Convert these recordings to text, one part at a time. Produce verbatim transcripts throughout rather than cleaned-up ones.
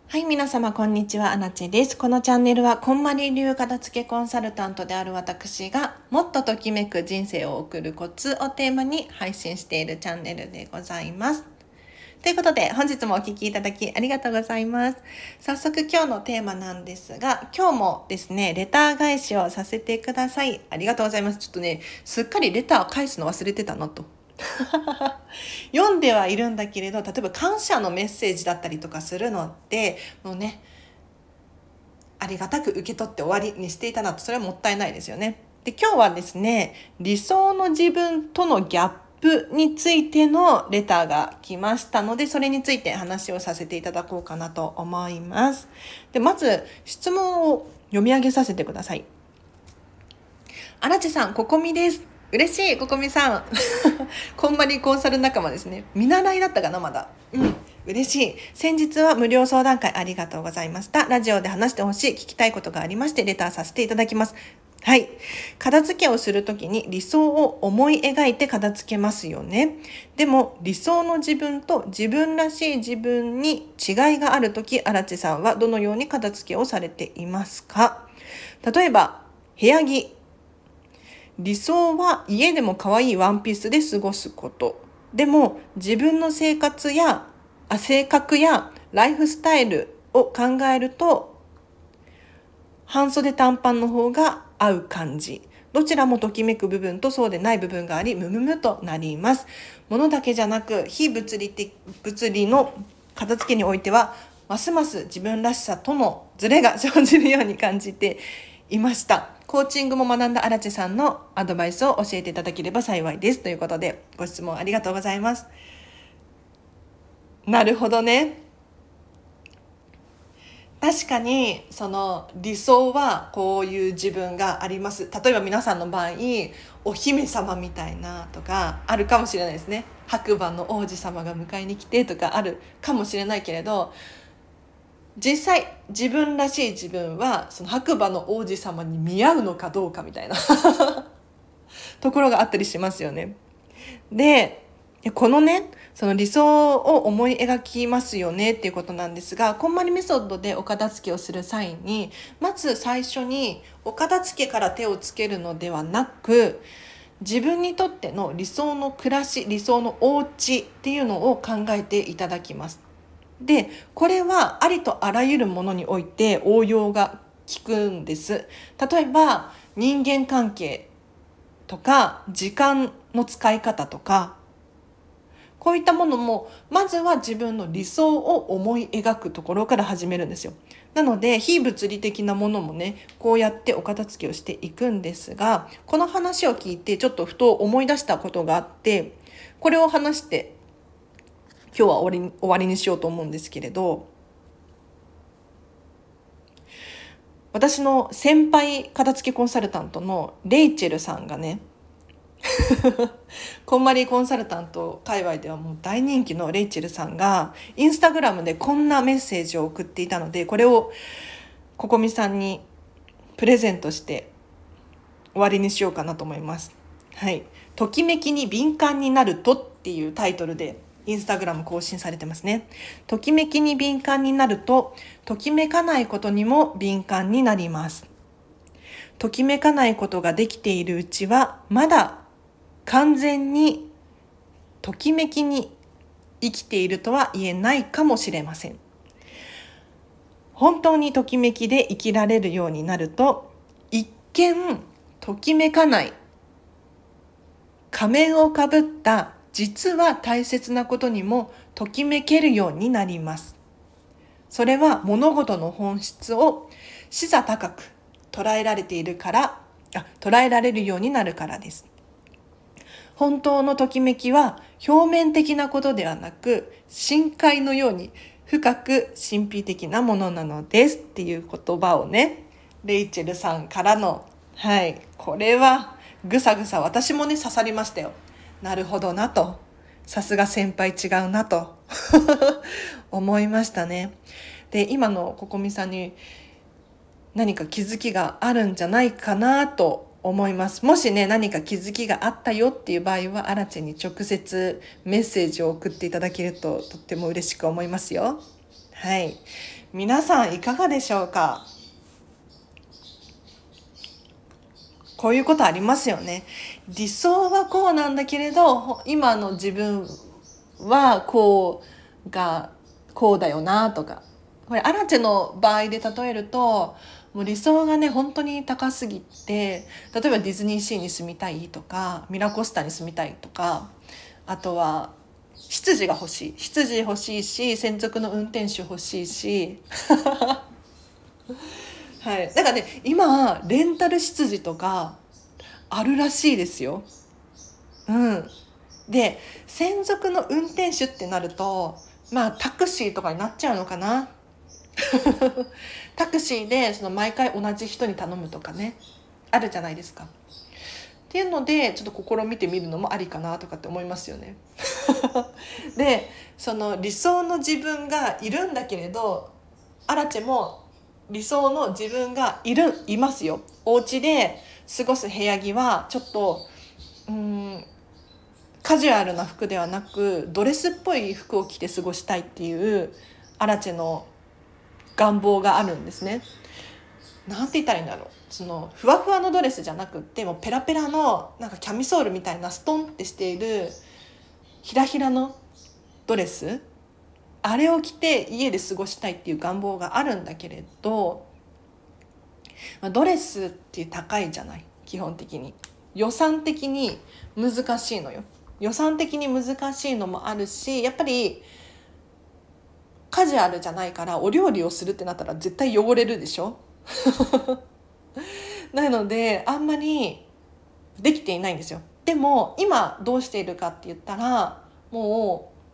はい、皆様こんにちは、アナチです。このチャンネルはこんまり流片付けコンサルタントである私がもっとときめく人生を送るコツをテーマに配信しているチャンネルでございます。ということで本日もお聞きいただきありがとうございます。早速今日のテーマなんですが、今日もですねレター返しをさせてください。ありがとうございます。ちょっとねすっかりレター返すの忘れてたなと読んではいるんだけれど、例えば感謝のメッセージだったりとかするのってもうねありがたく受け取って終わりにしていたなと、それはもったいないですよね。で今日はですね理想の自分とのギャップについてのレターが来ましたので、それについて話をさせていただこうかなと思います。でまず質問を読み上げさせてください。荒地さん、ここみです。嬉しい、ここみさんこんまりコンサル仲間ですね。見習いだったかな、まだ。うん嬉しい。先日は無料相談会ありがとうございました。ラジオで話してほしい、聞きたいことがありましてレターさせていただきます。はい。片付けをするときに理想を思い描いて片付けますよね。でも理想の自分と自分らしい自分に違いがあるとき、荒地さんはどのように片付けをされていますか？例えば、部屋着。理想は家でも可愛いワンピースで過ごすこと。でも自分の生活やあ性格やライフスタイルを考えると半袖短パンの方が合う感じ。どちらもときめく部分とそうでない部分があり、ムムムとなります。物だけじゃなく非物理的物理の片付けにおいてはますます自分らしさとのズレが生じるように感じていました。コーチングも学んだ荒地さんのアドバイスを教えていただければ幸いです。ということでご質問ありがとうございます。なるほどね。確かにその理想はこういう自分があります。例えば皆さんの場合お姫様みたいなとかあるかもしれないですね。白馬の王子様が迎えに来てとかあるかもしれないけれど、実際自分らしい自分はその白馬の王子様に見合うのかどうかみたいなところがあったりしますよね。でこのねその理想を思い描きますよねっていうことなんですが、こんまりメソッドでお片付けをする際にまず最初にお片付けから手をつけるのではなく、自分にとっての理想の暮らし、理想のお家っていうのを考えていただきます。でこれはありとあらゆるものにおいて応用が効くんです。例えば人間関係とか時間の使い方とか、こういったものもまずは自分の理想を思い描くところから始めるんですよ。なので非物理的なものもねこうやってお片付けをしていくんですが、この話を聞いてちょっとふと思い出したことがあって、これを話して今日は終わりに終わりにしようと思うんですけれど、私の先輩片付けコンサルタントのレイチェルさんがねこんまりコンサルタント界隈ではもう大人気のレイチェルさんがインスタグラムでこんなメッセージを送っていたので、これをここみさんにプレゼントして終わりにしようかなと思います。はい、ときめきに敏感になるとっていうタイトルでインスタグラム更新されてますね。ときめきに敏感になると、ときめかないことにも敏感になります。ときめかないことができているうちはまだ完全にときめきに生きているとは言えないかもしれません。本当にときめきで生きられるようになると、一見ときめかない仮面をかぶった実は大切なことにもときめけるようになります。それは物事の本質を視座高く捉えられているからあ捉えられるようになるからです。本当のときめきは表面的なことではなく、深海のように深く神秘的なものなのですっていう言葉をね、レイチェルさんからの、はい、これはぐさぐさ私もね刺さりましたよ。なるほどなと、さすが先輩違うなと思いましたね。で今のここみさんに何か気づきがあるんじゃないかなと思います。もしね何か気づきがあったよっていう場合は、あらちに直接メッセージを送っていただけるととっても嬉しく思いますよ。 はい、皆さんいかがでしょうか。こういうことありますよね。理想はこうなんだけれど、今の自分はこうがこうだよなとか。これアラチェの場合で例えると、もう理想がね本当に高すぎて、例えばディズニーシーに住みたいとか、ミラコスタに住みたいとか、あとは執事が欲しい執事欲しいし、専属の運転手欲しいしはい、だからね今レンタル執事とかあるらしいですよ。うん、で専属の運転手ってなると、まあタクシーとかになっちゃうのかなタクシーでその毎回同じ人に頼むとかね、あるじゃないですか。っていうのでちょっと試みてみるのもありかなとかって思いますよねでその理想の自分がいるんだけれど、アラチェも理想の自分がいるいますよ。お家で過ごす部屋着はちょっとうーんカジュアルな服ではなくドレスっぽい服を着て過ごしたいっていうアラチェの願望があるんですね。なんて言ったらいいんだろう、そのふわふわのドレスじゃなくって、もうペラペラのなんかキャミソールみたいなストンってしているひらひらのドレス、あれを着て家で過ごしたいっていう願望があるんだけれど、まあ、ドレスって高いじゃない、基本的に予算的に難しいのよ。予算的に難しいのもあるし、やっぱりカジュアルじゃないから、お料理をするってなったら絶対汚れるでしょなのであんまりできていないんですよ。でも今どうしているかって言ったら、もう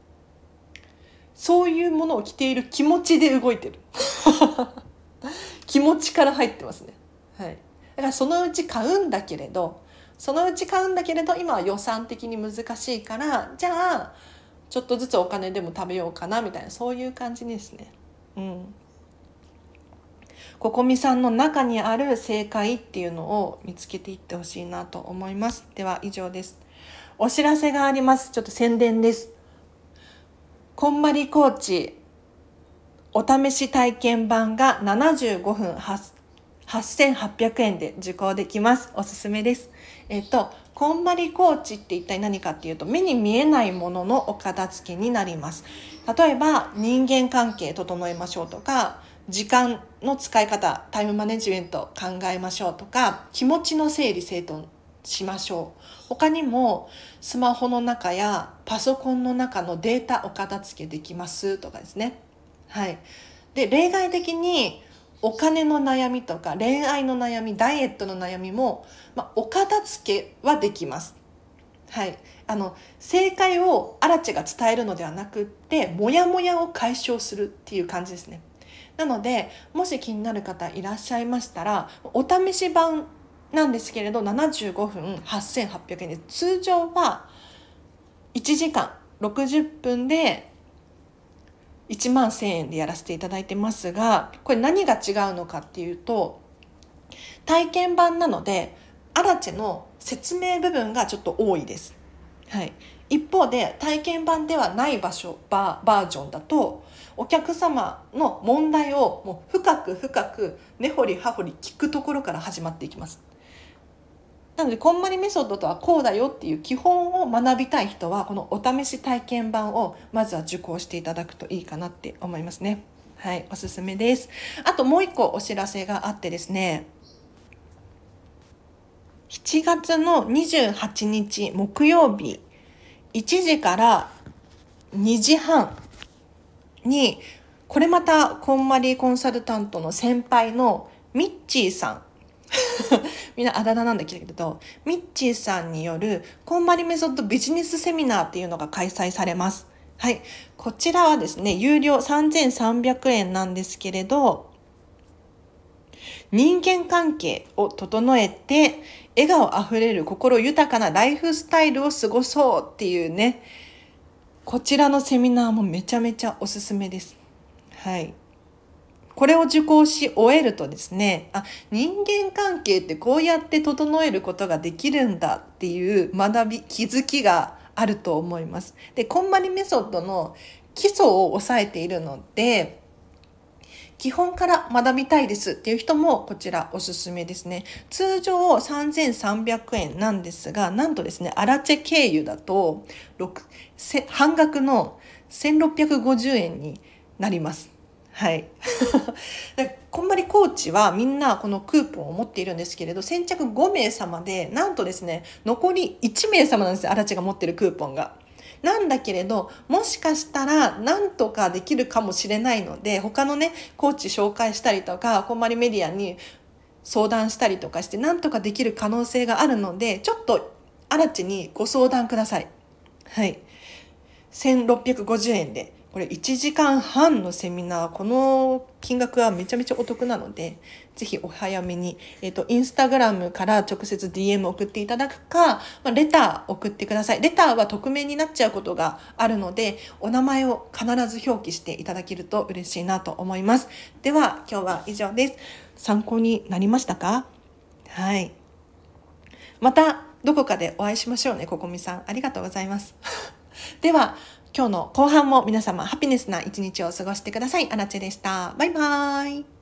そういうものを着ている気持ちで動いてる気持ちから入ってますね。はい、だからそのうち買うんだけれどそのうち買うんだけれど今は予算的に難しいから、じゃあちょっとずつお金でも食べようかなみたいな、そういう感じですね。うん、ここみさんの中にある正解っていうのを見つけていってほしいなと思います。では以上です。お知らせがあります。ちょっと宣伝です。こんまりコーチお試し体験版がななじゅうごふんはっせんはっぴゃくえんで受講できます。おすすめです。えっとこんまりコーチって一体何かっていうと、目に見えないもののお片付けになります。例えば人間関係整えましょうとか、時間の使い方タイムマネジメント考えましょうとか、気持ちの整理整頓しましょう。他にもスマホの中やパソコンの中のデータお片付けできますとかですね。はい、で例外的にお金の悩みとか恋愛の悩み、ダイエットの悩みも、まあ、お片付けはできます。はい、あの正解をアラチェが伝えるのではなくって、モヤモヤを解消するっていう感じですね。なのでもし気になる方いらっしゃいましたら、お試し版なんですけれどななじゅうごふんはっせんはっぴゃくえんで、通常はいちじかんろくじゅっぷんでいちまんせんえんでやらせていただいてますが、これ何が違うのかっていうと、体験版なのでアラチェの説明部分がちょっと多いです。はい、一方で体験版ではない場所バー、バージョンだとお客様の問題をもう深く深く根掘り葉掘り聞くところから始まっていきます。なのでこんまりメソッドとはこうだよっていう基本を学びたい人は、このお試し体験版をまずは受講していただくといいかなって思いますね。はい、おすすめです。あともう一個お知らせがあってですね、しちがつのにじゅうはちにち木曜日いちじからにじはんに、これまたこんまりコンサルタントの先輩のミッチーさんみんなあだ名なんだけれど、ミッチーさんによるこんまりメソッドビジネスセミナーっていうのが開催されます。はい、こちらはですね有料さんぜんさんびゃくえんなんですけれど、人間関係を整えて笑顔あふれる心豊かなライフスタイルを過ごそうっていうね、こちらのセミナーもめちゃめちゃおすすめです。はい、これを受講し終えるとですね、あ、人間関係ってこうやって整えることができるんだっていう学び、気づきがあると思います。で、こんまりメソッドの基礎を抑えているので、基本から学びたいですっていう人もこちらおすすめですね。通常さんぜんさんびゃくえんなんですが、なんとですね、アラチェ経由だと半額のせんろっぴゃくごじゅうえんになります。はい。こんまりコーチはみんなこのクーポンを持っているんですけれど、先着ごめいさまで、なんとですね、残りいちめいさまなんですよ、アラチェが持ってるクーポンが。なんだけれど、もしかしたらなんとかできるかもしれないので、他のね、コーチ紹介したりとか、こんまりメディアに相談したりとかして、なんとかできる可能性があるので、ちょっとアラチェにご相談ください。はい。せんろっぴゃくごじゅうえんで、これいちじかんはんのセミナー、この金額はめちゃめちゃお得なので、ぜひお早めに、えっと、インスタグラムから直接 ディーエム 送っていただくか、まあ、レター送ってください。レターは匿名になっちゃうことがあるので、お名前を必ず表記していただけると嬉しいなと思います。では、今日は以上です。参考になりましたか？はい。また、どこかでお会いしましょうね、ここみさん。ありがとうございます。では、今日の後半も皆様ハピネスな一日を過ごしてください。アラチェでした。バイバーイ。